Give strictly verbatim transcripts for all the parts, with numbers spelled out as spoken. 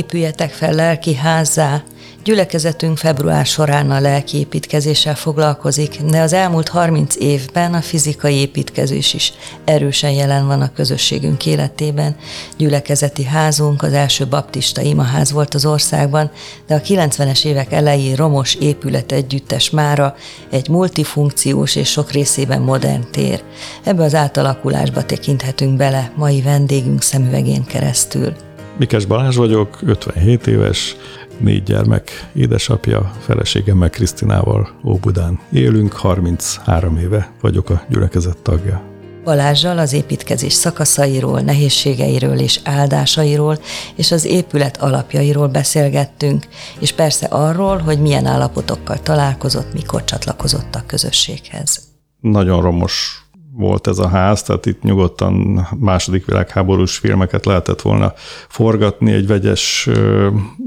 Épüljetek fel lelki házzá. Gyülekezetünk február során a lelki építkezéssel foglalkozik, de az elmúlt harminc évben a fizikai építkezés is erősen jelen van a közösségünk életében. Gyülekezeti házunk az első baptista imaház volt az országban, de a kilencvenes évek elején romos épület együttes mára egy multifunkciós és sok részében modern tér. Ebbe az átalakulásba tekinthetünk bele mai vendégünk szemüvegén keresztül. Mikes Balázs vagyok, ötvenhét éves, négy gyermek édesapja, feleségemmel Krisztinával Óbudán élünk, harminchárom éve vagyok a gyülekezet tagja. Balázssal az építkezés szakaszairól, nehézségeiről és áldásairól és az épület alapjairól beszélgettünk, és persze arról, hogy milyen állapotokkal találkozott, mikor csatlakozott a közösséghez. Nagyon romos volt ez a ház, tehát itt nyugodtan második világháborús filmeket lehetett volna forgatni, egy vegyes ö,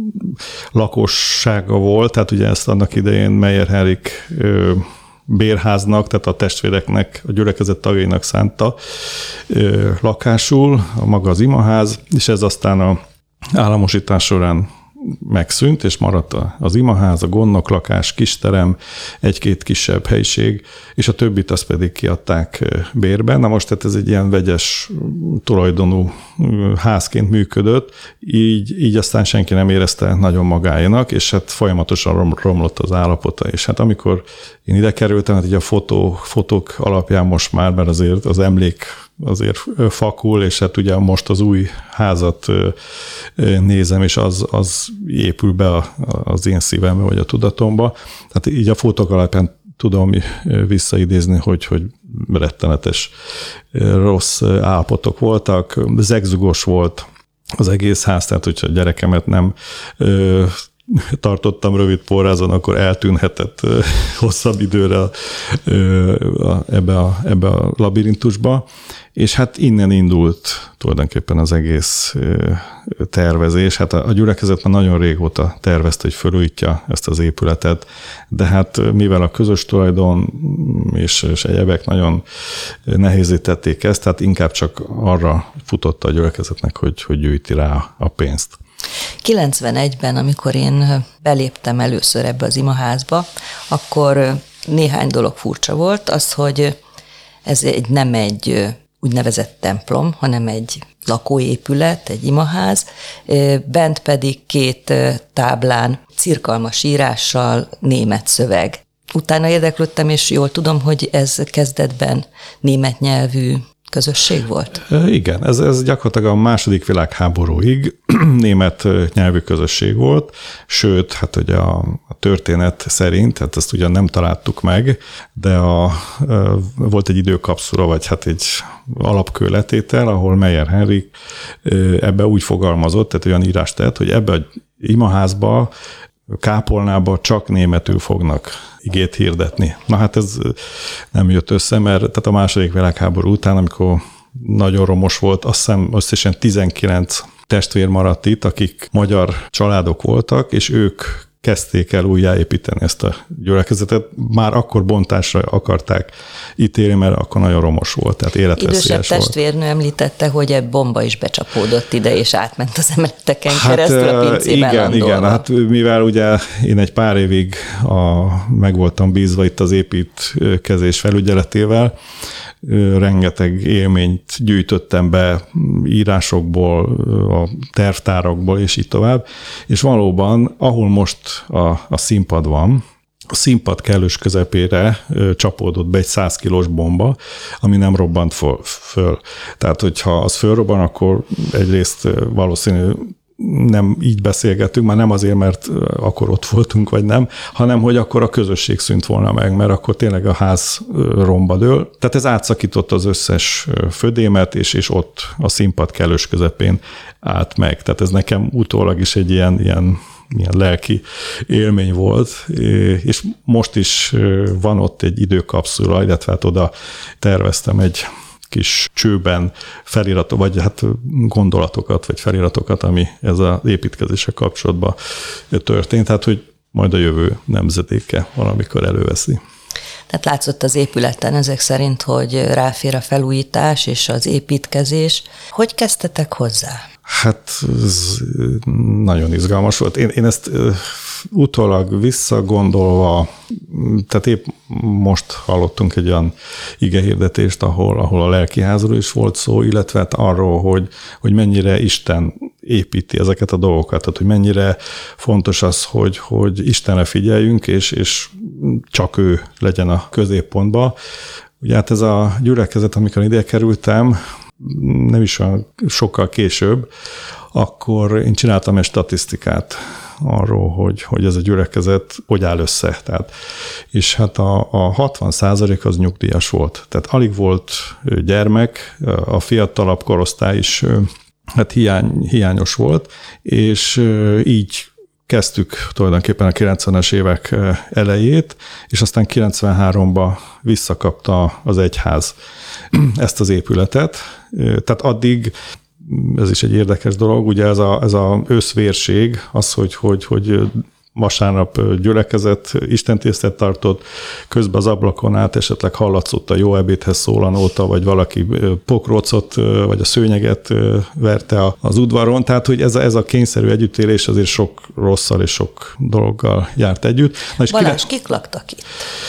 lakossága volt, tehát ugye ezt annak idején Meyer Henrik ö, bérháznak, tehát a testvéreknek, a gyülekezet tagjainak szánta ö, lakásul, a maga az imaház, és ez aztán a államosítás során megszűnt, és maradt az imaház, a gondnoklakás, kisterem, egy-két kisebb helység, és a többit azt pedig kiadták bérben. Na most tehát ez egy ilyen vegyes tulajdonú házként működött, így, így aztán senki nem érezte nagyon magáénak, és hát folyamatosan romlott az állapota. És hát amikor én ide kerültem, hát így a fotó, fotók alapján most már, mert azért az emlék azért fakul, és hát ugye most az új házat nézem, és az, az épül be az én szívembe, vagy a tudatomba. Tehát így a fotók alapján tudom visszaidézni, hogy, hogy rettenetes rossz állapotok voltak, zegzugos volt az egész ház, tehát hogyha a gyerekemet nem tartottam rövid porrázon, akkor eltűnhetett hosszabb időre ebbe a, ebbe a labirintusba, és hát innen indult tulajdonképpen az egész tervezés. Hát a gyülekezet már nagyon régóta tervezte, hogy felújítja ezt az épületet, de hát mivel a közös tulajdon és, és egyebek nagyon nehézé tették ezt, tehát inkább csak arra futott a gyülekezetnek, hogy, hogy gyűjti rá a pénzt. kilencvenegyben, amikor én beléptem először ebbe az imaházba, akkor néhány dolog furcsa volt, az, hogy ez egy, nem egy úgynevezett templom, hanem egy lakóépület, egy imaház, bent pedig két táblán cirkalmas írással német szöveg. Utána érdeklődtem, és jól tudom, hogy ez kezdetben német nyelvű közösség volt? Igen, ez, ez gyakorlatilag a második világháborúig német nyelvű közösség volt, sőt, hát ugye a, a történet szerint, hát ezt ugyan nem találtuk meg, de a, a, volt egy időkapszula, vagy hát egy alapkőletétel, ahol Meyer Henrik ebbe úgy fogalmazott, tehát olyan írást tett, hogy ebbe az imaházba, kápolnába csak németül fognak igét hirdetni. Na hát ez nem jött össze, mert tehát a második világháború után, amikor nagyon romos volt, azt hiszem összesen tizenkilenc testvér maradt itt, akik magyar családok voltak, és ők kezdték el újjáépíteni ezt a gyülekezetet. Már akkor bontásra akarták ítélni, mert akkor nagyon romos volt, tehát életveszélyes volt. Idősebb testvérnő említette, hogy egy bomba is becsapódott ide, és átment az emeleteken hát, keresztül a pincében igen, landolva. Igen, hát mivel ugye én egy pár évig a, meg voltam bízva itt az építkezés felügyeletével, rengeteg élményt gyűjtöttem be írásokból, a tervtárakból, és így tovább. És valóban, ahol most a, a színpad van, a színpad kellős közepére csapódott be egy száz kilós bomba, ami nem robbant föl. föl. Tehát, hogyha az fölrobban, akkor egyrészt valószínű nem így beszélgetünk, már nem azért, mert akkor ott voltunk, vagy nem, hanem hogy akkor a közösség szűnt volna meg, mert akkor tényleg a ház romba dől. Tehát ez átszakította az összes födémet, és, és ott a színpad kellős közepén állt meg. Tehát ez nekem utólag is egy ilyen, ilyen, ilyen lelki élmény volt, és most is van ott egy időkapszula, illetve hát oda terveztem egy kis csőben feliratok, vagy hát gondolatokat, vagy feliratokat, ami ez az építkezéssel kapcsolatban történt, tehát hogy majd a jövő nemzedéke valamikor előveszi. Tehát látszott az épületen ezek szerint, hogy ráfér a felújítás és az építkezés. Hogy kezdtetek hozzá? Hát ez nagyon izgalmas volt. Én, én ezt utólag visszagondolva, tehát épp most hallottunk egy olyan igehirdetést, ahol, ahol a lelkiházról is volt szó, illetve hát arról, hogy, hogy mennyire Isten építi ezeket a dolgokat, tehát hogy mennyire fontos az, hogy, hogy Istenre figyeljünk, és, és csak ő legyen a középpontban. Ugye hát ez a gyülekezet, amikor ide kerültem, nem is olyan sokkal később, akkor én csináltam egy statisztikát arról, hogy, hogy ez a gyülekezet hogy áll össze. Tehát, és hát a, a hatvan százalék az nyugdíjas volt. Tehát alig volt gyermek, a fiatalabb korosztály is hát hiány, hiányos volt, és így kezdtük tulajdonképpen a kilencvenes évek elejét, és aztán kilencvenháromban visszakapta az egyház ezt az épületet. Tehát addig, ez is egy érdekes dolog, ugye ez a, ez a összvérség, az, hogy, hogy, hogy vasárnap gyülekezet, istentiszteletet tartott, közben az ablakon át esetleg hallatszott a jó ebédhez szólanóta, vagy valaki pokrócot, vagy a szőnyeget verte az udvaron, tehát hogy ez a, ez a kényszerű együttélés azért sok rosszal és sok dologgal járt együtt. Na és Balázs, kire... kik laktak itt?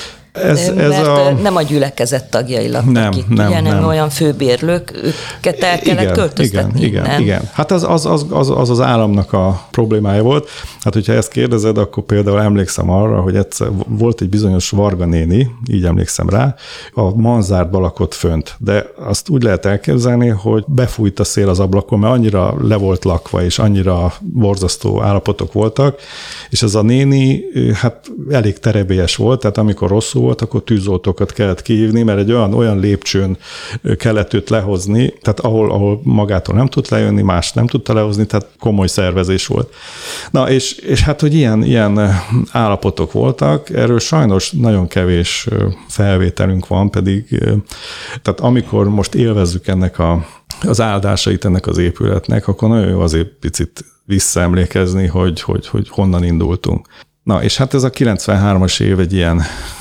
Ez, ez Mert a... nem a gyülekezet tagjai laktak nem, itt, nem, ugye, nem, nem olyan főbérlők, őket el kellett igen, költöztetni. Igen, nem? igen, igen. Hát az az, az, az az az államnak a problémája volt. Hát, hogyha ezt kérdezed, akkor például emlékszem arra, hogy egyszer volt egy bizonyos Varga néni, így emlékszem rá, a manzárdban lakott fönt, de azt úgy lehet elképzelni, hogy befújt a szél az ablakon, mert annyira le volt lakva, és annyira borzasztó állapotok voltak, és ez a néni, hát elég terebélyes volt, tehát amikor rosszul volt, akkor tűzoltókat kellett kihívni, mert egy olyan, olyan lépcsőn kellett őt lehozni, tehát ahol, ahol magától nem tud lejönni, más nem tudta lehozni, tehát komoly szervezés volt. Na, és, és hát, hogy ilyen, ilyen állapotok voltak, erről sajnos nagyon kevés felvételünk van, pedig, tehát amikor most élvezzük ennek a, az áldásait ennek az épületnek, akkor nagyon jó azért picit visszaemlékezni, hogy, hogy, hogy honnan indultunk. Na, és hát ez a kilencvenhármas év egy ilyen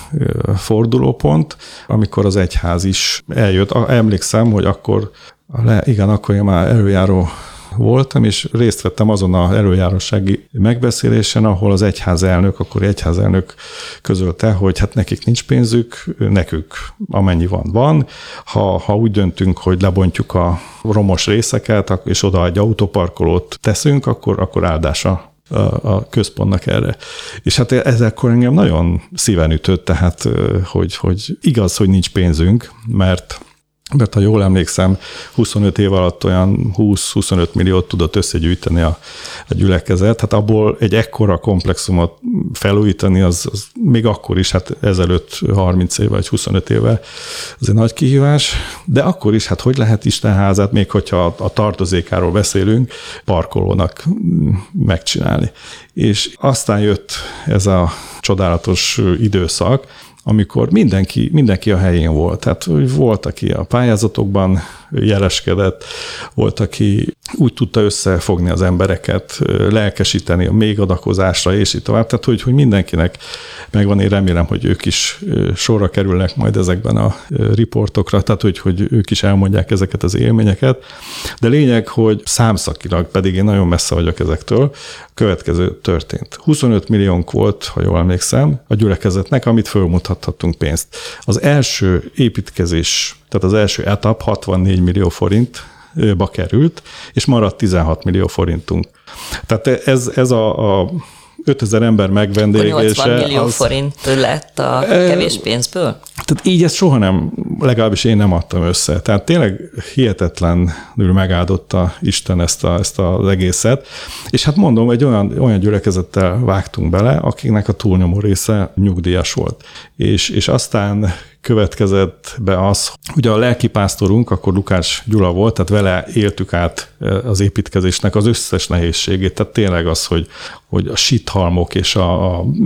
fordulópont, amikor az egyház is eljött. Emlékszem, hogy akkor, le, igen, akkor én már előjáró voltam, és részt vettem azon az előjárósági megbeszélésen, ahol az egyházelnök, akkor egyházelnök közölte, hogy hát nekik nincs pénzük, nekük amennyi van, van. Ha, ha úgy döntünk, hogy lebontjuk a romos részeket, és oda egy autóparkolót teszünk, akkor, akkor áldása A, a központnak erre. És hát ezekkor engem nagyon szíven ütött, tehát, hogy, hogy igaz, hogy nincs pénzünk, mert mert ha jól emlékszem, huszonöt év alatt olyan húsz-huszonöt milliót tudott összegyűjteni a, a gyülekezet, hát abból egy ekkora komplexumot felújítani, az, az még akkor is, hát ezelőtt harminc éve vagy huszonöt éve, az egy nagy kihívás, de akkor is, hát hogy lehet Istenházát, még hogyha a, a tartozékáról beszélünk, parkolónak megcsinálni. És aztán jött ez a csodálatos időszak, amikor mindenki, mindenki a helyén volt. Tehát volt, aki a pályázatokban jeleskedett, volt, aki úgy tudta összefogni az embereket, lelkesíteni a még adakozásra, és így tovább. Tehát, hogy, hogy mindenkinek megvan, én remélem, hogy ők is sorra kerülnek majd ezekben a riportokra, tehát, hogy, hogy ők is elmondják ezeket az élményeket. De lényeg, hogy számszakilag, pedig én nagyon messze vagyok ezektől, következő történt. huszonöt milliónk volt, ha jól emlékszem, a gyülekezetnek, amit fölmutathattunk pénzt. Az első építkezés, tehát az első etap hatvannégy millió forintba került, és maradt tizenhat millió forintunk. Tehát ez, ez a, a ötezer ember megvendéglése. nyolcvan millió az, forint lett a kevés pénzből? Tehát így ezt soha nem, legalábbis én nem adtam össze. Tehát tényleg hihetetlenül megáldotta Isten ezt, a, ezt az egészet. És hát mondom, egy olyan, olyan gyülekezettel vágtunk bele, akiknek a túlnyomó része nyugdíjas volt. És, és aztán következett be az, ugye a lelkipásztorunk, akkor Lukács Gyula volt, tehát vele éltük át az építkezésnek az összes nehézségét, tehát tényleg az, hogy, hogy a sithalmok és a, a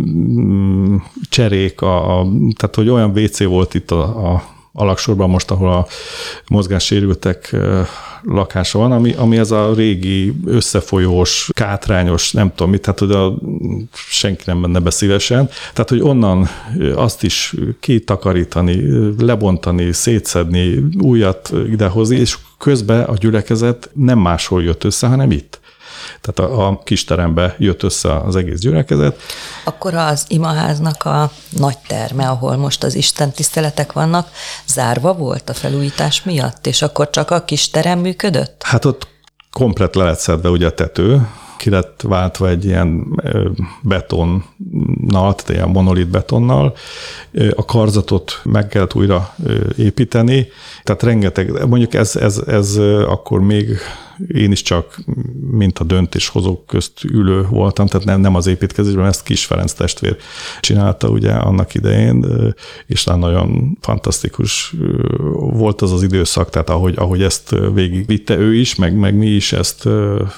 cserék, a, a, tehát hogy olyan vé cé volt itt a, a alagsorban most, ahol a mozgássérültek lakása van, ami, ami ez a régi összefolyós, kátrányos, nem tudom mit, tehát hogy a, senki nem menne be szívesen. Tehát, hogy onnan azt is kitakarítani, lebontani, szétszedni, újat idehozni, és közben a gyülekezet nem máshol jött össze, hanem itt. Tehát a, a kisterembe jött össze az egész gyülekezet. Akkor az imaháznak a nagy terme, ahol most az Isten tiszteletek vannak, zárva volt a felújítás miatt, és akkor csak a kisterem működött? Hát ott komplet le lett szedve ugye a tető, ki lett váltva egy ilyen betonnal, tehát ilyen monolit betonnal. A karzatot meg kellett újra építeni, tehát rengeteg, mondjuk ez, ez, ez akkor még én is csak, mint a döntéshozók közt ülő voltam, tehát nem, nem az építkezésben, ezt Kis Ferenc testvér csinálta ugye annak idején, és nagyon fantasztikus volt az az időszak, tehát ahogy, ahogy ezt végigvitte ő is, meg, meg mi is ezt,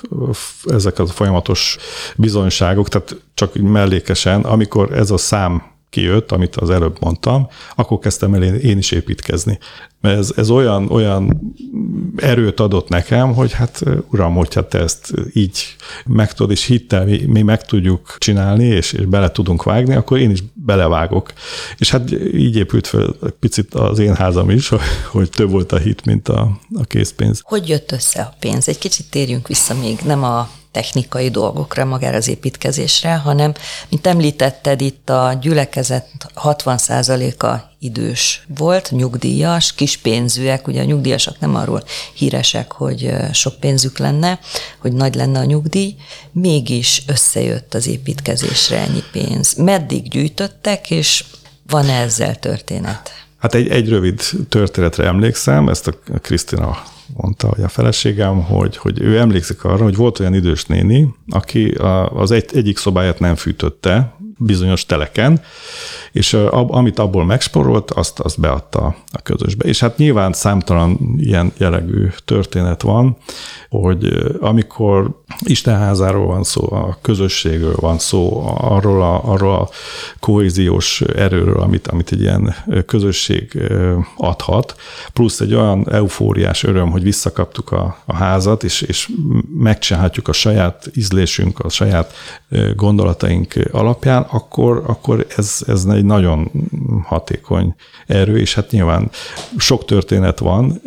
ezek a folyamatos bizonyságok, tehát csak mellékesen, amikor ez a szám kijött, amit az előbb mondtam, akkor kezdtem el én is építkezni. Mert ez, ez olyan, olyan erőt adott nekem, hogy hát uram, hogyha te ezt így meg tudod, és hittel mi, mi meg tudjuk csinálni, és, és bele tudunk vágni, akkor én is belevágok. És hát így épült fel picit az én házam is, hogy több volt a hit, mint a, a készpénz. Hogy jött össze a pénz? Egy kicsit térjünk vissza még, nem a technikai dolgokra, magára az építkezésre, hanem, mint említetted, itt a gyülekezet hatvan százaléka idős volt, nyugdíjas, kispénzűek, ugye a nyugdíjasok nem arról híresek, hogy sok pénzük lenne, hogy nagy lenne a nyugdíj, mégis összejött az építkezésre ennyi pénz. Meddig gyűjtöttek, és van ezzel történet? Hát egy, egy rövid történetre emlékszem, ezt a Krisztina mondta, hogy a feleségem, hogy, hogy ő emlékszik arra, hogy volt olyan idős néni, aki az egy, egyik szobáját nem fűtötte bizonyos teleken, és amit abból megsporolt, azt, azt beadta a közösbe. És hát nyilván számtalan ilyen jellegű történet van, hogy amikor Istenházáról van szó, a közösségről van szó, arról a, arról a kohéziós erőről, amit, amit egy ilyen közösség adhat, plusz egy olyan eufóriás öröm, hogy visszakaptuk a, a házat, és, és megcsinálhatjuk a saját ízlésünk, a saját gondolataink alapján, akkor, akkor ez, ez egy nagyon hatékony erő, és hát nyilván sok történet van,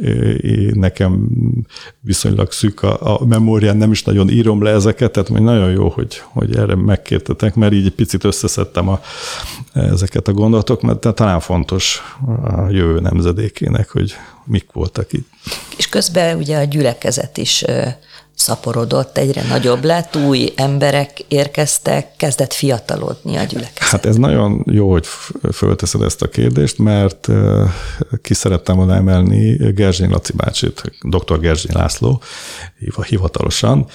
nekem viszonylag szűk a, a memórián, nem is nagyon írom le ezeket, tehát majd nagyon jó, hogy, hogy erre megkértetek, mert így egy picit összeszedtem a, ezeket a gondolatok, mert talán fontos a jövő nemzedékének, hogy mik voltak itt. És közben ugye a gyülekezet is szaporodott, egyre nagyobb lett, új emberek érkeztek, kezdett fiatalodni a gyülekezet. Hát ez nagyon jó, hogy fölteszed ezt a kérdést, mert ki szerettem volna emelni Gerzsény Laci bácsit, doktor Gerzsény László, hivatalosan,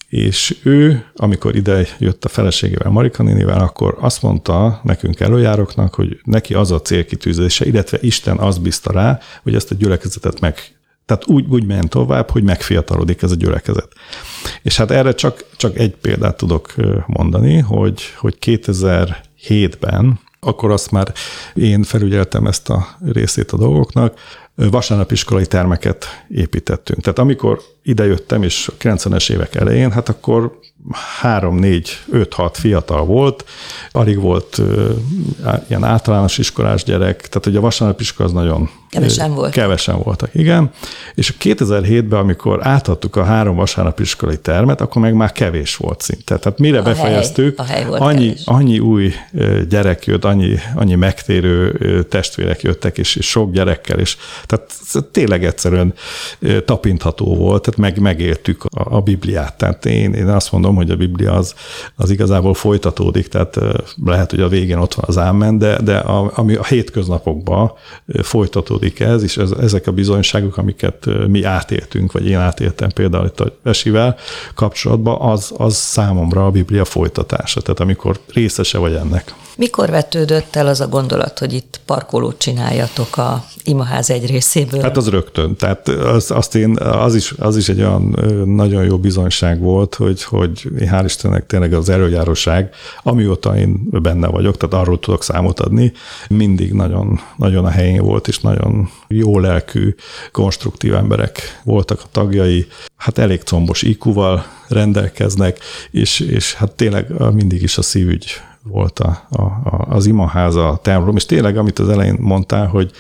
és ő, amikor ide jött a feleségével, Marika nénivel, akkor azt mondta nekünk előjáróknak, hogy neki az a célkitűzése, illetve Isten azt bízta rá, hogy ezt a gyülekezetet meg Tehát úgy, úgy ment tovább, hogy megfiatalodik ez a gyülekezet. És hát erre csak, csak egy példát tudok mondani, hogy, hogy kétezer-hétben, akkor azt már én felügyeltem ezt a részét a dolgoknak, vasárnapiskolai termeket építettünk. Tehát amikor idejöttem, és a kilencvenes évek elején, hát akkor három, négy, öt, hat fiatal volt, alig volt uh, ilyen általános iskolás gyerek, tehát ugye a vasárnapiskola az nagyon kevesen volt. Kevesen voltak, igen. És kétezer-hétben, amikor átadtuk a három vasárnapiskolai termet, akkor meg már kevés volt szinte. Tehát mire a befejeztük, hely, a hely annyi, annyi új gyerek jött, annyi, annyi megtérő testvérek jöttek, és, és sok gyerekkel, és tehát tényleg egyszerűen tapintható volt, tehát meg, megéltük a, a Bibliát. Tehát én, én azt mondom, hogy a Biblia az, az igazából folytatódik, tehát lehet, hogy a végén ott van az ámen, de, de a, ami a hétköznapokban folytatódik ez, és ez, ezek a bizonyságok, amiket mi átéltünk, vagy én átéltem például itt a Vesivel kapcsolatban, az, az számomra a Biblia folytatása, tehát amikor részese vagy ennek. Mikor vetődött el az a gondolat, hogy itt parkolót csináljatok a imaház egy részéből? Hát az rögtön. Tehát az, azt én, az, is, az is egy olyan nagyon jó bizonyság volt, hogy, hogy hál' Istennek tényleg az előjáróság, amióta én benne vagyok, tehát arról tudok számot adni, mindig nagyon, nagyon a helyén volt, és nagyon jó lelkű, konstruktív emberek voltak a tagjai. Hát elég combos í kúval rendelkeznek, és, és hát tényleg mindig is a szívügy volt a, a, az imaháza, a templom, és tényleg, amit az elején mondtál, hogy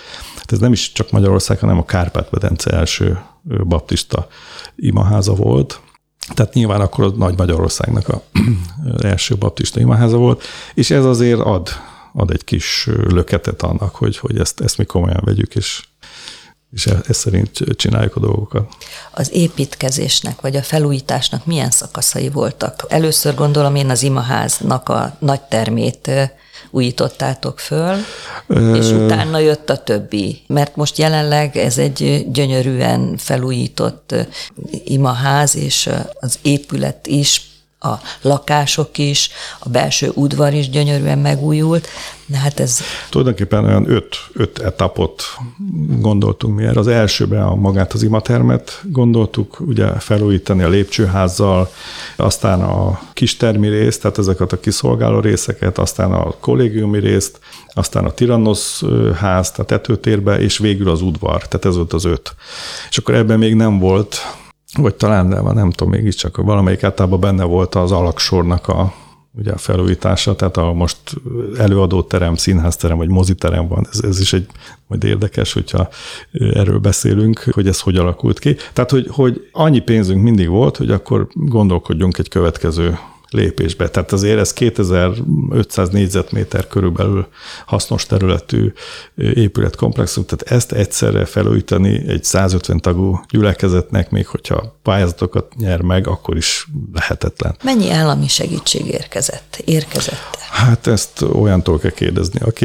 ez nem is csak Magyarország, hanem a Kárpát-medence első baptista imaháza volt. Tehát nyilván akkor a Nagy Magyarországnak a első baptista imaháza volt, és ez azért ad, ad egy kis löketet annak, hogy, hogy ezt, ezt mi komolyan vegyük, és, és ez szerint csináljuk a dolgokat. Az építkezésnek, vagy a felújításnak milyen szakaszai voltak? Először gondolom én az imaháznak a nagy termét újítottátok föl, Ö... és utána jött a többi. Mert most jelenleg ez egy gyönyörűen felújított imaház, és az épület is, a lakások is, a belső udvar is gyönyörűen megújult. De hát ez... Tulajdonképpen olyan öt, öt etapot gondoltunk mi erre. Az elsőben a magát az imatermet gondoltuk, ugye felújítani a lépcsőházzal, aztán a kistermi részt, tehát ezeket a kiszolgáló részeket, aztán a kollégiumi részt, aztán a Tyrannosz ház, a tetőtérbe, és végül az udvar. Tehát ez volt az öt. És akkor ebben még nem volt, vagy talán nem, nem tudom, mégiscsak valamelyik általában benne volt az alaksornak a, ugye a felújítása, tehát a most előadóterem, színházterem, vagy moziterem van, ez, ez is egy majd érdekes, hogyha erről beszélünk, hogy ez hogy alakult ki. Tehát, hogy, hogy annyi pénzünk mindig volt, hogy akkor gondolkodjunk egy következő lépésbe. Tehát azért ez kétezer-ötszáz négyzetméter körülbelül hasznos területű épületkomplexum, tehát ezt egyszerre felújítani egy százötven tagú gyülekezetnek, még hogyha pályázatokat nyer meg, akkor is lehetetlen. Mennyi állami segítség érkezett? Érkezett? Hát ezt olyantól kell kérdezni, aki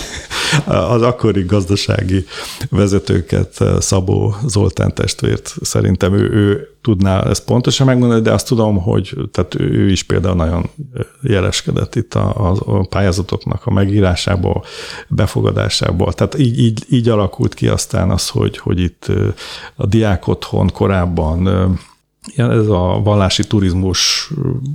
az akkori gazdasági vezetőket, Szabó Zoltán testvért, szerintem ő, ő tudná ezt pontosan megmondani, de azt tudom, hogy tehát ő is például nagyon jeleskedett itt a, a pályázatoknak a megírásából, befogadásából. Tehát így, így, így alakult ki aztán az, hogy, hogy itt a diákotthon korábban ez a vallási turizmus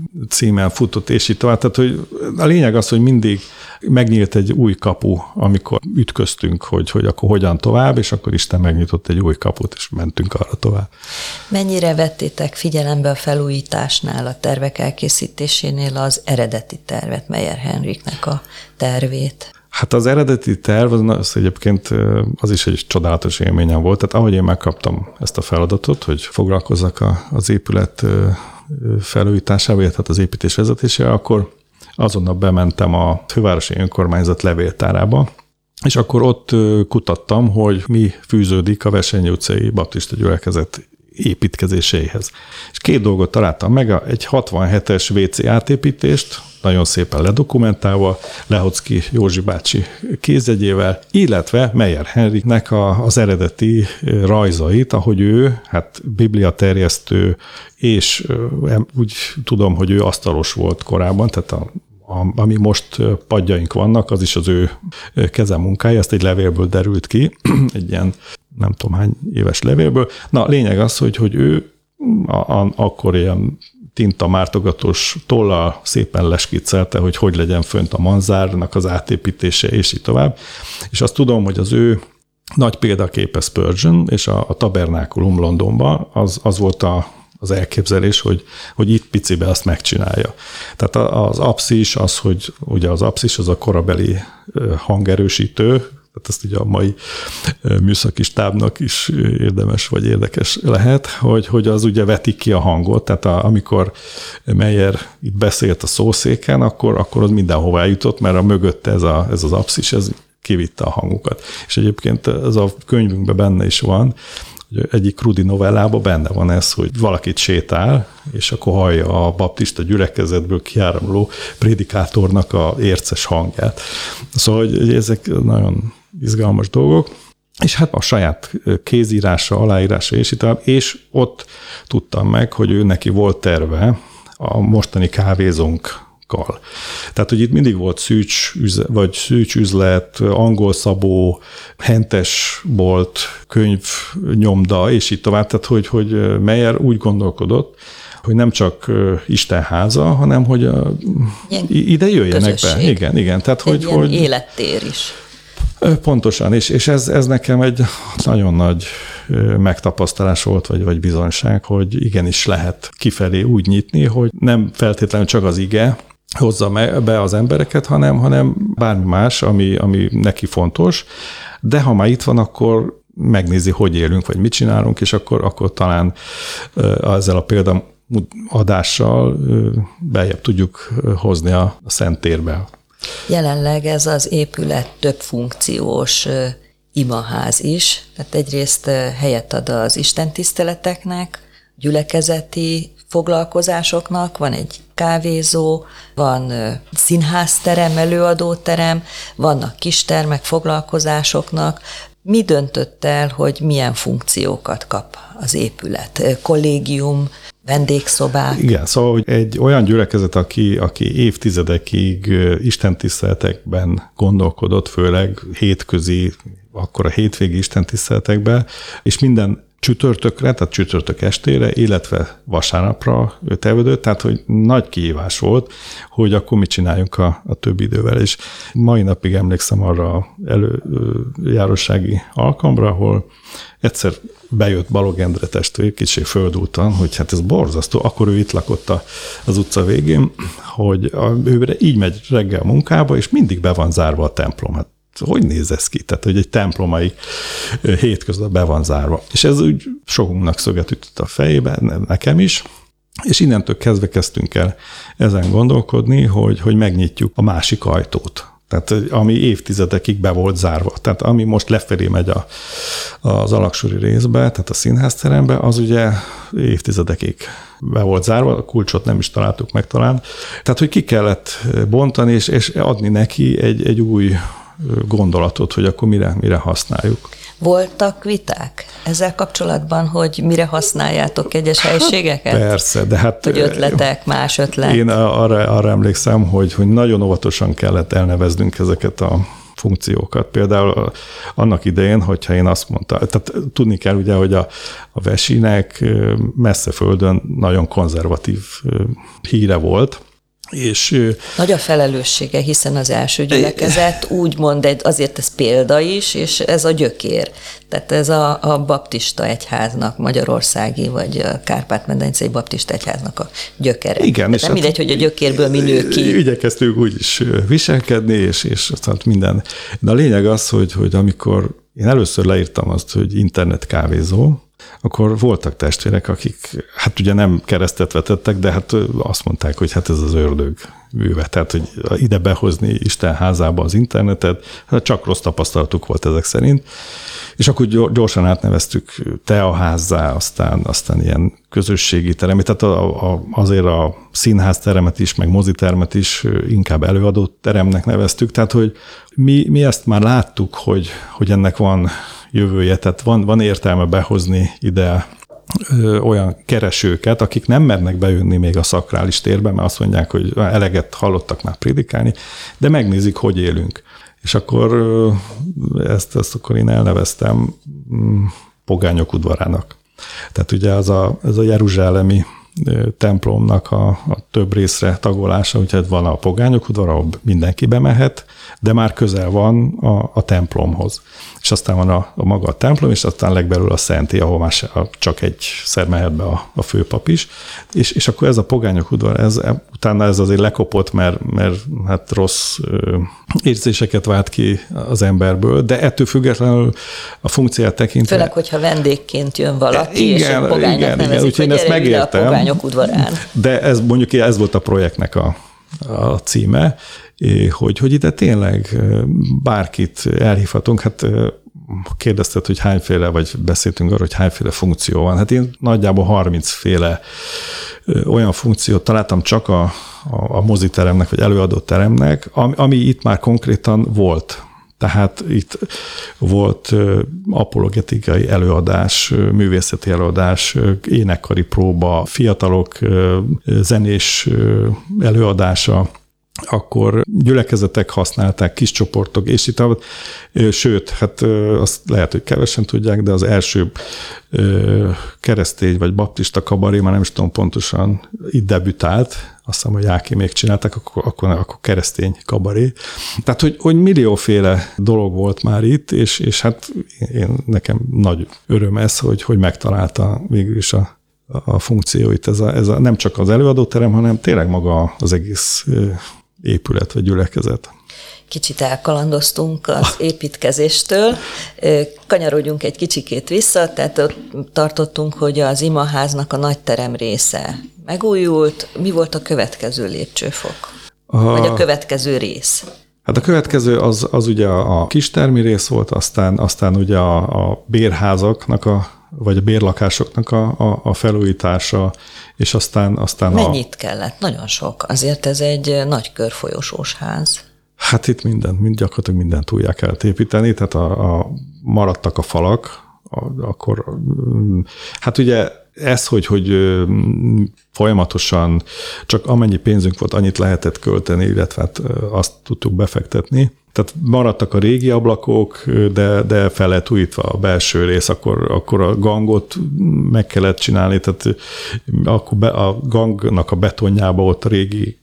címen futott, és így tovább. Tehát, hogy a lényeg az, hogy mindig megnyílt egy új kapu, amikor ütköztünk, hogy, hogy akkor hogyan tovább, és akkor Isten megnyitott egy új kaput, és mentünk arra tovább. Mennyire vettétek figyelembe a felújításnál, a tervek elkészítésénél az eredeti tervet, Meyer Henriknek a tervét? Hát az eredeti terv, az, az egyébként az is egy csodálatos élményem volt. Tehát ahogy én megkaptam ezt a feladatot, hogy foglalkozzak a, az épület felújításával, illetve az építés vezetésével, akkor azonnal bementem a fővárosi önkormányzat levéltárába, és akkor ott kutattam, hogy mi fűződik a Wessenyei utcai baptista gyülekezet építkezéséhez. És két dolgot találtam meg, egy hatvanhetes vé cé átépítést, nagyon szépen ledokumentálva, Lehocki Józsi bácsi kézjegyével, illetve Meyer Henriknek a, az eredeti rajzait, ahogy ő, hát bibliaterjesztő, és úgy tudom, hogy ő asztalos volt korábban, tehát a A, ami most padjaink vannak, az is az ő kezemunkája, ezt egy levélből derült ki, egy ilyen nem tudom hány éves levélből. Na, lényeg az, hogy, hogy ő a, a, akkor ilyen tinta mártogatós tollal szépen leskiccelte, hogy hogy legyen fönt a manzárnak az átépítése, és így tovább. És azt tudom, hogy az ő nagy példaképe Spurgeon, és a, a tabernákulum Londonban, az, az volt a az elképzelés, hogy, hogy itt picibe azt megcsinálja. Tehát az apszis az, hogy ugye az apszis az a korabeli hangerősítő, tehát ezt így a mai műszaki stábnak is érdemes vagy érdekes lehet, hogy, hogy az ugye vetik ki a hangot, tehát a, amikor Meyer itt beszélt a szószéken, akkor, akkor az mindenhova eljutott, mert a mögötte ez, a, ez az apszis, ez kivitte a hangukat. És egyébként ez a könyvünkben benne is van, egyik Rudi novellában benne van ez, hogy valakit sétál, és akkor hallja a baptista gyülekezetből kiáramló prédikátornak a érces hangját. Szóval hogy ezek nagyon izgalmas dolgok, és hát a saját kézírása, aláírása, és itt, és ott tudtam meg, hogy ő neki volt terve a mostani kávézónk. Tehát, hogy itt mindig volt szűcs, vagy szűcsüzlet, angol szabó, hentes bolt, könyvnyomda, és így tovább. Tehát, hogy, hogy Meyer úgy gondolkodott, hogy nem csak Isten háza, hanem hogy a, ide jöjjenek közösség. Be. Igen, igen. Tehát, egy hogy, hogy élettér is. Pontosan, és, és ez, ez nekem egy nagyon nagy megtapasztalás volt, vagy, vagy bizonyság, hogy igenis lehet kifelé úgy nyitni, hogy nem feltétlenül csak az ige, hozza be az embereket, hanem, hanem bármi más, ami, ami neki fontos, de ha már itt van, akkor megnézi, hogy élünk, vagy mit csinálunk, és akkor, akkor talán ezzel a példaadással beljebb tudjuk hozni a, a szent térbe. Jelenleg ez az épület több funkciós imaház is, tehát egyrészt helyet ad az istentiszteleteknek, gyülekezeti foglalkozásoknak, van egy kávézó, van színházterem, előadóterem, vannak kistermek foglalkozásoknak. Mi döntött el, hogy milyen funkciókat kap az épület? Kollégium, vendégszobák? Igen, szóval hogy egy olyan gyülekezet, aki, aki évtizedekig istentiszteletekben gondolkodott, főleg hétközi, akkor a hétvégi istentiszteletekben, és minden csütörtökre, tehát csütörtök estére, illetve vasárnapra tevődött, tehát hogy nagy kihívás volt, hogy akkor mit csináljunk a, a többi idővel, és mai napig emlékszem arra a előjárossági alkalomra, ahol egyszer bejött Balog Endre testvér, kicsi földúton, hogy hát ez borzasztó, akkor ő itt lakott az utca végén, hogy ő így megy reggel munkába, és mindig be van zárva a templom. Hát hogy néz ez ki? Tehát, hogy egy templomai hétközben be van zárva. És ez úgy sokunknak szöget ütött a fejébe, nekem is, és innentől kezdve kezdtünk el ezen gondolkodni, hogy, hogy megnyitjuk a másik ajtót. Tehát ami évtizedekig be volt zárva. Tehát ami most lefelé megy a, az alaksori részbe, tehát a színházterembe, az ugye évtizedekig be volt zárva, a kulcsot nem is találtuk meg talán. Tehát, hogy ki kellett bontani, és, és adni neki egy, egy új gondolatot, hogy akkor mire, mire használjuk. Voltak viták ezzel kapcsolatban, hogy mire használjátok egyes helységeket? Persze, de hát... Hogy ötletek, más ötlet? Én arra, arra emlékszem, hogy, hogy nagyon óvatosan kellett elneveznünk ezeket a funkciókat. Például annak idején, hogyha én azt mondtam, tehát tudni kell ugye, hogy a, a Vesinek messze földön nagyon konzervatív híre volt, és nagy a felelőssége, hiszen az első gyülekezet úgymond egy, azért ez példa is, és ez a gyökér. Tehát ez a, a baptista egyháznak, magyarországi, vagy a Kárpát-medencei baptista egyháznak a gyökere. Igen, és nem mindegy, hogy a gyökérből mi nő ki. Igyekeztünk úgy is viselkedni, és, és aztán minden. De a lényeg az, hogy, hogy amikor én először leírtam azt, hogy internet kávézó, akkor voltak testvérek, akik hát ugye nem keresztet vetettek, de hát azt mondták, hogy hát ez az ördög műve. Tehát, hogy ide behozni Isten házába az internetet, hát csak rossz tapasztalatuk volt ezek szerint. És akkor gyorsan átneveztük teaházzá, aztán, aztán ilyen közösségi terem. Tehát a, a, azért a színházteremet is, meg mozitermet is inkább előadó teremnek neveztük. Tehát, hogy mi, mi ezt már láttuk, hogy, hogy ennek van jövője, tehát van, van értelme behozni ide ö, olyan keresőket, akik nem mernek bejönni még a szakrális térbe, mert azt mondják, hogy eleget hallottak már prédikálni, de megnézik, hogy élünk. És akkor ö, ezt, ezt akkor én elneveztem mm, pogányok udvarának. Tehát ugye az a, ez a jeruzsálemi templomnak a, a több részre tagolása, úgyhogy van a pogányok udvara, ahol mindenki bemehet, de már közel van a, a templomhoz. És aztán van a, a maga a templom, és aztán legbelül a szentély, ahol már csak egyszer mehet be a, a főpap is. És, és akkor ez a pogányok udvar, ez, utána ez azért lekopott, mert, mert hát rossz ö, érzéseket vált ki az emberből, de ettől függetlenül a funkcióját tekintve... Főleg, hogyha vendégként jön valaki, igen, és egy pogánynak igen, nevezik, igen, hogy gyere ide a pogányok udvarán. De ez mondjuk ez volt a projektnek a, a címe, hogy, hogy ide tényleg bárkit elhívhatunk. Hát kérdezted, hogy hányféle, vagy beszéltünk arról, hogy hányféle funkció van. Hát én nagyjából harmincféle olyan funkciót találtam csak a, a, a moziteremnek, vagy előadóteremnek, ami, ami itt már konkrétan volt. Tehát itt volt apologetikai előadás, művészeti előadás, énekkari próba, fiatalok zenés előadása, akkor gyülekezetek használták, kis csoportok, és itt, sőt, hát azt lehet, hogy kevesen tudják, de az első keresztény vagy baptista kabaré, már nem is tudom pontosan, itt debütált, azt hiszem, hogy Jáki még csinálták, akkor, akkor, akkor keresztény kabaré. Tehát, hogy, hogy millióféle dolog volt már itt, és, és hát én, nekem nagy öröm ez, hogy, hogy megtalálta végül is a a funkcióit. Ez a, ez a, nem csak az előadóterem, hanem tényleg maga az egész épület vagy gyülekezet. Kicsit elkalandoztunk az építkezéstől, kanyarodjunk egy kicsikét vissza, tehát ott tartottunk, hogy az imaháznak a nagyterem része megújult. Mi volt a következő lépcsőfok? A... Vagy a következő rész? Hát a következő az, az ugye a kistermi rész volt, aztán, aztán ugye a, a bérházaknak, a, vagy a bérlakásoknak a, a, a felújítása, és aztán... aztán Mennyit a... kellett? Nagyon sok. Azért ez egy nagy körfolyosós ház. Hát itt mindent, mind, gyakorlatilag mindent újjá kellett építeni, tehát a, a, maradtak a falak, a, akkor hát ugye ez, hogy, hogy folyamatosan csak amennyi pénzünk volt, annyit lehetett költeni, illetve hát azt tudtuk befektetni. Tehát maradtak a régi ablakok, de, de fel lett újítva a belső rész, akkor, akkor a gangot meg kellett csinálni, tehát akkor be, a gangnak a betonjába ott a régi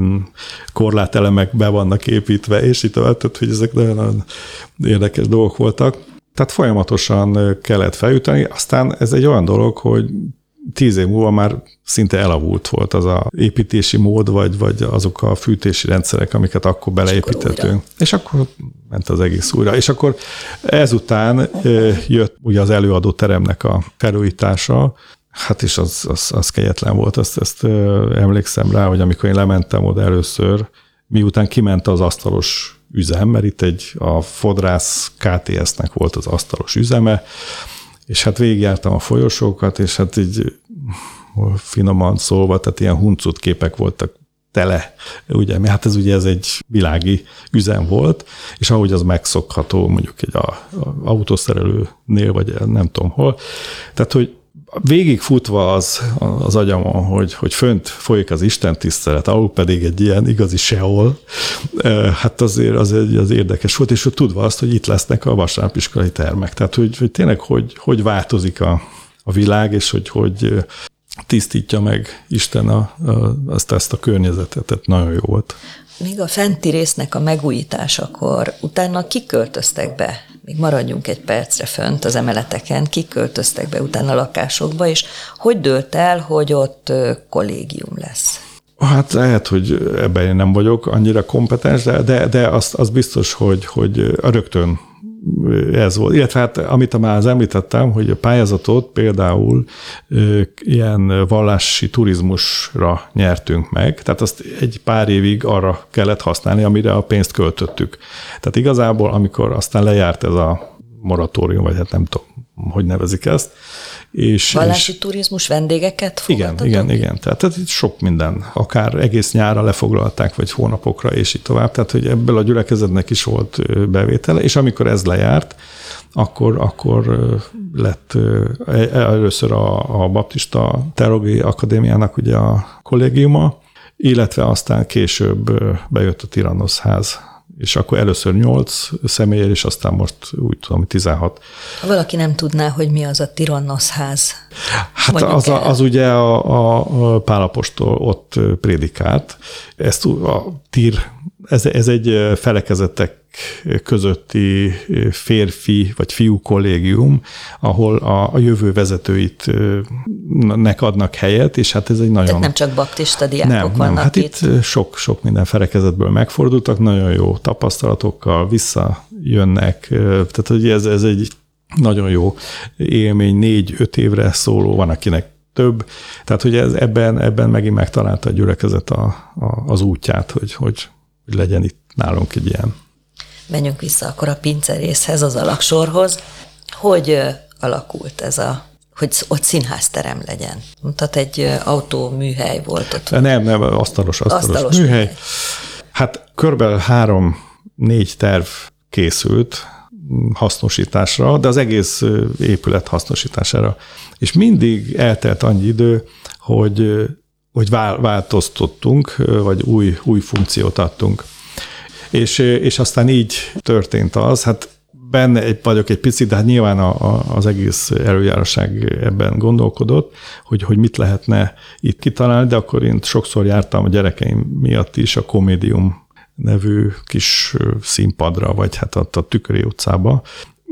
korlátelemek be vannak építve, és itt tovább, tehát hogy ezek nagyon érdekes dolgok voltak. Tehát folyamatosan kellett felüteni, aztán ez egy olyan dolog, hogy tíz év múlva már szinte elavult volt az a építési mód, vagy, vagy azok a fűtési rendszerek, amiket akkor beleépítettünk. És akkor ment az egész újra. És akkor ezután jött ugye az előadó teremnek a felújítása, hát és az, az, az kegyetlen volt, ezt, ezt emlékszem rá, hogy amikor én lementem oda először, miután kiment az asztalos üzem, mert itt egy a Fodrász ká té es-nek volt az asztalos üzeme, és hát végigjártam a folyosókat, és hát így finoman szólva, tehát ilyen huncut képek voltak tele, ugye, mert hát ez ugye ez egy világi üzem volt, és ahogy az megszokható mondjuk egy a, a autószerelőnél, vagy nem tudom hol, tehát hogy végigfutva az, az agyamon, hogy, hogy fönt folyik az istentisztelet, ahol pedig egy ilyen igazi sehol, hát azért az, az érdekes volt, és tudva azt, hogy itt lesznek a vasárnapiskolai termek. Tehát, hogy, hogy tényleg, hogy, hogy változik a, a világ, és hogy, hogy tisztítja meg Isten a, a, azt, ezt a környezetet, tehát nagyon jó volt. Még a fenti résznek a megújításakor utána kiköltöztek be, még maradjunk egy percre fönt az emeleteken, kiköltöztek be utána a lakásokba, és hogy dőlt el, hogy ott kollégium lesz? Hát lehet, hogy ebben én nem vagyok annyira kompetens, de, de, de az, az biztos, hogy, hogy rögtön ez volt. Illetve hát, amit már az említettem, hogy a pályázatot például ilyen vallási turizmusra nyertünk meg, tehát azt egy pár évig arra kellett használni, amire a pénzt költöttük. Tehát igazából, amikor aztán lejárt ez a moratórium, vagy hát nem tudom, hogy nevezik ezt. És, vallási és turizmus, vendégeket fogadtatok? Igen, igen, igen. Tehát, tehát itt sok minden, akár egész nyárra lefoglalták, vagy hónapokra, és így tovább. Tehát, hogy ebből a gyülekezetnek is volt bevétele, és amikor ez lejárt, akkor, akkor lett először a, a Baptista Teológiai Akadémiának ugye a kollégiuma, illetve aztán később bejött a Tyrannosz ház, és akkor először nyolc személyel, és aztán most úgy tudom, hogy tizenhat. Ha valaki nem tudná, hogy mi az a Tyrannosz ház. Hát az, a, az ugye a, a Pál apostol ott prédikált. Ezt a Tír, ez, ez egy felekezetek közötti férfi vagy fiú kollégium, ahol a, a jövő vezetőit nek adnak helyet, és hát ez egy nagyon... Tehát nem csak baptista diákok nem, vannak nem, hát itt. itt sok, sok minden felekezetből megfordultak, nagyon jó tapasztalatokkal visszajönnek, tehát hogy ez, ez egy nagyon jó élmény, négy-öt évre szóló, van akinek több, tehát hogy ez, ebben, ebben megint megtalálta a gyülekezet a, a, az útját, hogy, hogy, hogy legyen itt nálunk egy ilyen. Menjünk vissza akkor a pincerészhez, az alaksorhoz. Hogy alakult ez a, hogy ott színházterem legyen? Tehát egy autóműhely volt ott. Nem, nem, asztalos, asztalos, asztalos műhely. műhely. Hát körülbelül három-négy terv készült hasznosításra, de az egész épület hasznosítására. És mindig eltelt annyi idő, hogy, hogy változtattunk, vagy új, új funkciót adtunk. És, és aztán így történt az, hát benne egy, vagyok egy picit, de hát nyilván a, a, az egész előjáróság ebben gondolkodott, hogy, hogy mit lehetne itt kitalálni, de akkor én sokszor jártam a gyerekeim miatt is a Komédium nevű kis színpadra, vagy hát a, a Tüköri utcába,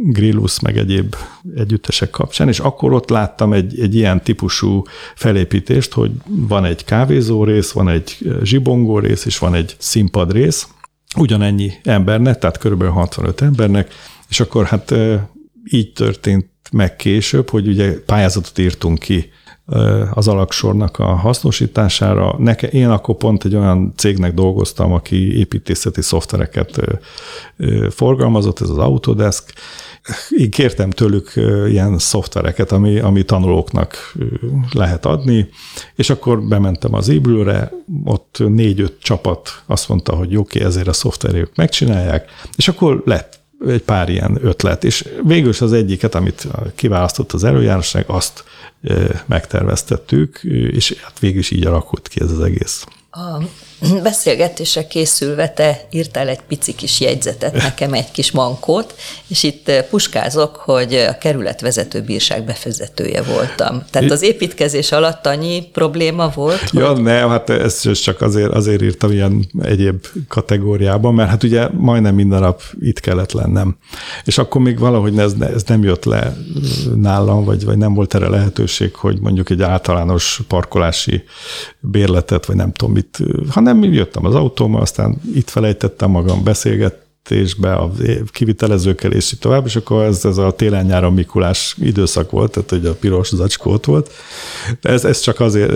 Grillus, meg egyéb együttesek kapcsán, és akkor ott láttam egy, egy ilyen típusú felépítést, hogy van egy kávézó rész, van egy zsibongó rész, és van egy színpad rész, ugyanennyi embernek, tehát körülbelül hatvanöt embernek, és akkor hát így történt meg később, hogy ugye pályázatot írtunk ki az alagsornak a hasznosítására. Neke, én akkor pont egy olyan cégnek dolgoztam, aki építészeti szoftvereket forgalmazott, ez az Autodesk. Én kértem tőlük ilyen szoftvereket, ami, ami tanulóknak lehet adni, és akkor bementem az ébülőre, ott négy-öt csapat azt mondta, hogy oké, ezért a szoftverjük megcsinálják, és akkor lett egy pár ilyen ötlet, és végül is az egyiket, amit kiválasztott az előjáróság, azt megterveztettük, és hát végül is így alakult ki ez az egész. A beszélgetésre készülve te írtál egy pici kis jegyzetet, nekem egy kis mankót, és itt puskázok, hogy a kerületvezető bírság bevezetője voltam. Tehát az építkezés alatt annyi probléma volt? Ja, hogy... nem, hát ezt csak azért, azért írtam ilyen egyéb kategóriában, mert hát ugye majdnem minden nap itt kellett lennem. És akkor még valahogy ez, ez nem jött le nálam, vagy, vagy nem volt erre lehetőség, hogy mondjuk egy általános parkolási bérletet, vagy nem tudom mit, hanem jöttem az autómmal, aztán itt felejtettem magam beszélgetésbe, a kivitelezőkkel, és így tovább, és akkor ez, ez a télen-nyáron Mikulás időszak volt, tehát hogy a piros zacskó ott volt. De ez, ez csak azért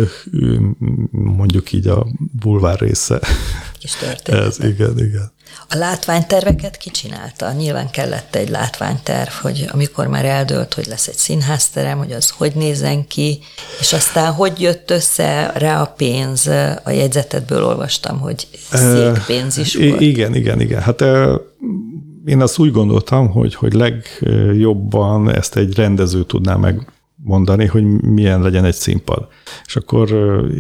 mondjuk így a bulvár része. Kis történet. Ez, igen, igen. A látványterveket ki csinálta? Nyilván kellett egy látványterv, hogy amikor már eldőlt, hogy lesz egy színházterem, hogy az hogy nézzen ki, és aztán hogy jött össze rá a pénz? A jegyzetedből olvastam, hogy szék pénz is uh, volt. Igen, igen, igen. Hát uh, én azt úgy gondoltam, hogy, hogy legjobban ezt egy rendező tudná meg mondani, hogy milyen legyen egy színpad. És akkor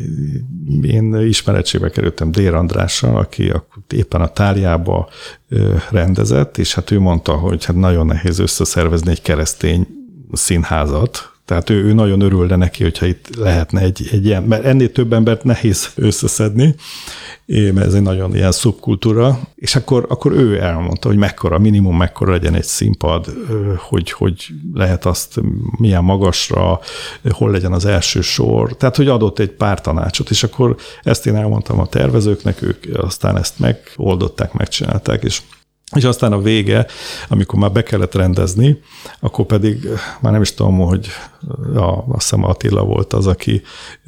én ismeretségbe kerültem Dér Andrással, aki éppen a Tárjába rendezett, és hát ő mondta, hogy hát nagyon nehéz összeszervezni egy keresztény színházat, tehát ő, ő nagyon örülne neki, hogyha itt lehetne egy, egy ilyen, mert ennél több embert nehéz összeszedni, mert ez egy nagyon ilyen szubkultúra, és akkor, akkor ő elmondta, hogy mekkora, minimum mekkora legyen egy színpad, hogy, hogy lehet azt milyen magasra, hol legyen az első sor, tehát hogy adott egy pár tanácsot, és akkor ezt én elmondtam a tervezőknek, ők aztán ezt megoldották, megcsinálták, és És aztán a vége, amikor már be kellett rendezni, akkor pedig már nem is tudom, hogy a, azt hiszem Attila volt az, aki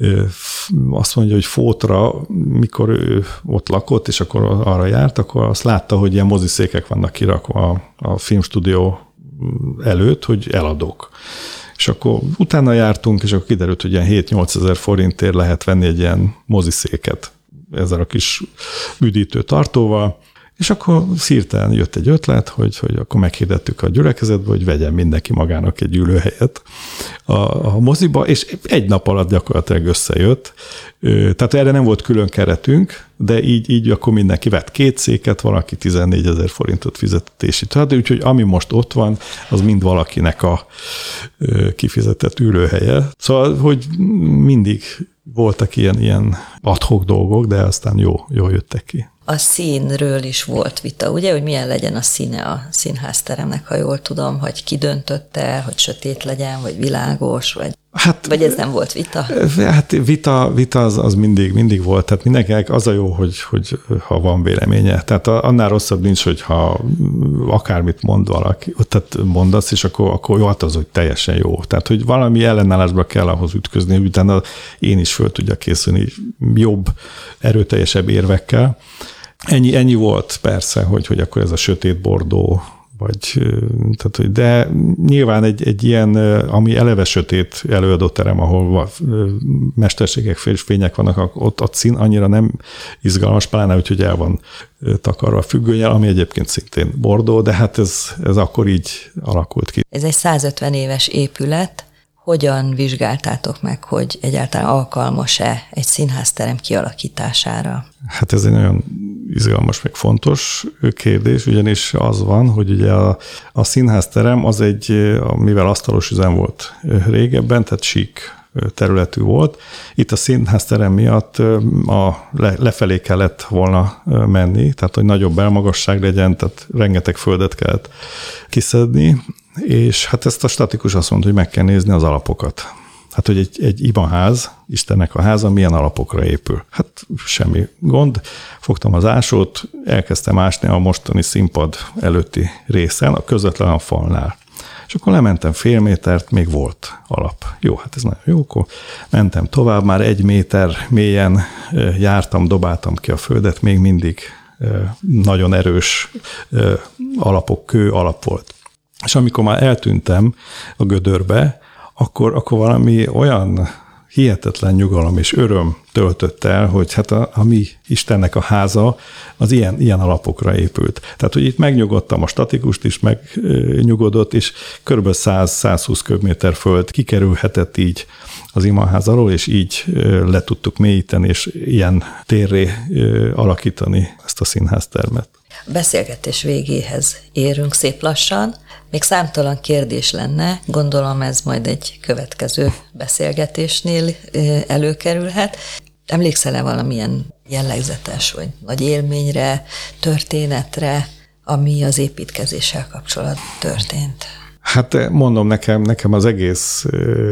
azt mondja, hogy Fótra, mikor ő ott lakott, és akkor arra járt, akkor azt látta, hogy ilyen moziszékek vannak kirakva a, a filmstúdió előtt, hogy eladók. És akkor utána jártunk, és akkor kiderült, hogy ilyen hét-nyolcezer forintért lehet venni egy ilyen moziszéket ezzel a kis üdítő tartóval. És akkor hirtelen jött egy ötlet, hogy, hogy akkor meghirdettük a gyülekezetbe, hogy vegyen mindenki magának egy ülőhelyet a, a moziba, és egy nap alatt gyakorlatilag összejött. Tehát erre nem volt külön keretünk, de így, így akkor mindenki vett két széket, valaki tizennégyezer forintot fizetett, és így. Hát, úgyhogy ami most ott van, az mind valakinek a kifizetett ülőhelye. Szóval, hogy mindig voltak ilyen, ilyen ad-hoc dolgok, de aztán jó, jó jöttek ki. A színről is volt vita, ugye, hogy milyen legyen a színe a színházteremnek, ha jól tudom, hogy ki döntötte, hogy sötét legyen, vagy világos, vagy, hát, vagy ez nem volt vita? Hát vita, vita az, az mindig, mindig volt, tehát mindenkinek az a jó, hogy, hogy ha van véleménye. Tehát annál rosszabb nincs, hogyha akármit mond valaki, tehát mondasz, és akkor, akkor jó, hát az, hogy teljesen jó. Tehát, hogy valami ellenállásba kell ahhoz ütközni, utána én is föl tudjak készülni jobb, erőteljesebb érvekkel. Ennyi, ennyi volt persze, hogy, hogy akkor ez a sötét bordó, vagy, tehát, hogy de nyilván egy, egy ilyen, ami eleve sötét előadóterem, ahol mesterségek, fények vannak, ott a szín annyira nem izgalmas, pláne, hogy el van takarva a függönyel, ami egyébként szintén bordó, de hát ez, ez akkor így alakult ki. Ez egy százötven éves épület. Hogyan vizsgáltátok meg, hogy egyáltalán alkalmas-e egy színházterem kialakítására? Hát ez egy nagyon izgalmas, meg fontos kérdés, ugyanis az van, hogy ugye a, a színházterem az egy, mivel asztalos üzem volt régebben, tehát sík területű volt. Itt a színházterem miatt a lefelé kellett volna menni, tehát hogy nagyobb belmagasság legyen, tehát rengeteg földet kellett kiszedni, és hát ezt a statikus azt mondta, hogy meg kell nézni az alapokat. Hát, hogy egy, egy imaház, Istennek a háza milyen alapokra épül. Hát semmi gond. Fogtam az ásót, elkezdtem ásni a mostani színpad előtti részen, a közvetlen a falnál. És akkor lementem fél métert, még volt alap. Jó, hát ez nagyon jó, akkor mentem tovább, már egy méter mélyen jártam, dobáltam ki a földet, még mindig nagyon erős alapok, kő alap volt. És amikor már eltűntem a gödörbe, akkor, akkor valami olyan hihetetlen nyugalom és öröm töltött el, hogy hát a, a mi Istennek a háza az ilyen, ilyen alapokra épült. Tehát, hogy itt megnyugodtam, a statikust is megnyugodott, és kb. száz-százhúsz köbméter föld kikerülhetett így az imaház alól, és így le tudtuk mélyíteni, és ilyen térré alakítani ezt a színháztermet. Beszélgetés végéhez érünk szép lassan. Még számtalan kérdés lenne, gondolom ez majd egy következő beszélgetésnél előkerülhet. Emlékszel-e valamilyen jellegzetes vagy nagy élményre, történetre, ami az építkezéssel kapcsolatban történt? Hát mondom, nekem, nekem az egész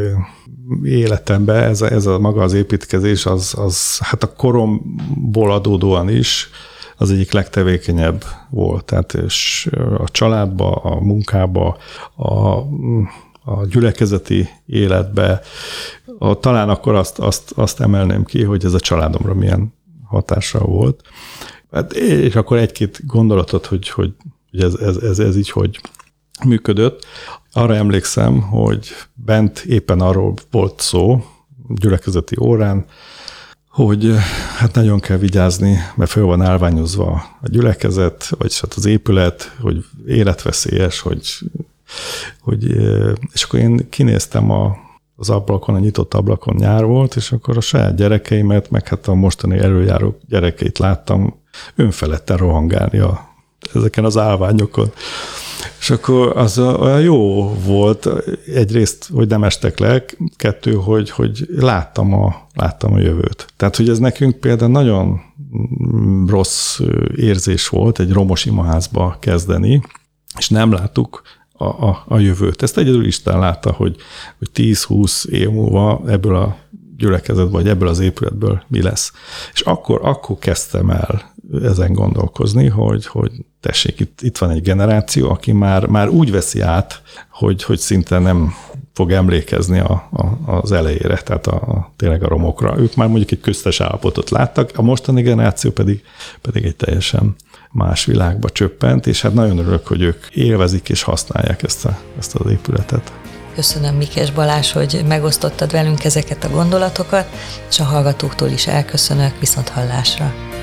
életemben ez a, ez a maga az építkezés, az, az hát a koromból adódóan is az egyik legtevékenyebb volt. Tehát és a családba, a munkába, a, a gyülekezeti életbe, a, talán akkor azt, azt, azt emelném ki, hogy ez a családomra milyen hatással volt. Hát, és akkor egy-két gondolatot, hogy, hogy ez, ez, ez, ez így hogy működött. Arra emlékszem, hogy bent éppen arról volt szó, gyülekezeti órán, hogy hát nagyon kell vigyázni, mert föl van állványozva a gyülekezet, vagy hát az épület, hogy életveszélyes, hogy, hogy és akkor én kinéztem a, az ablakon, a nyitott ablakon, nyár volt, és akkor a saját gyerekeimet, meg hát a mostani előjáró gyerekeit láttam önfeledten rohangálni a, ezeken az állványokon. És akkor az olyan jó volt, egyrészt, hogy nem estek le, kettő, hogy, hogy láttam, a, láttam a jövőt. Tehát, hogy ez nekünk például nagyon rossz érzés volt egy romos imaházba kezdeni, és nem láttuk a, a, a jövőt. Ezt egyedül Isten látta, hogy, hogy tíz-húsz év múlva ebből a gyülekezetből, vagy ebből az épületből mi lesz. És akkor, akkor kezdtem el ezen gondolkozni, hogy, hogy tessék, itt, itt van egy generáció, aki már, már úgy veszi át, hogy, hogy szinte nem fog emlékezni a, a, az elejére, tehát a, a, tényleg a romokra. Ők már mondjuk egy köztes állapotot láttak, a mostani generáció pedig, pedig egy teljesen más világba csöppent, és hát nagyon örülök, hogy ők élvezik és használják ezt, a, ezt az épületet. Köszönöm, Mikés Balázs, hogy megosztottad velünk ezeket a gondolatokat, és a hallgatóktól is elköszönök, viszont hallásra.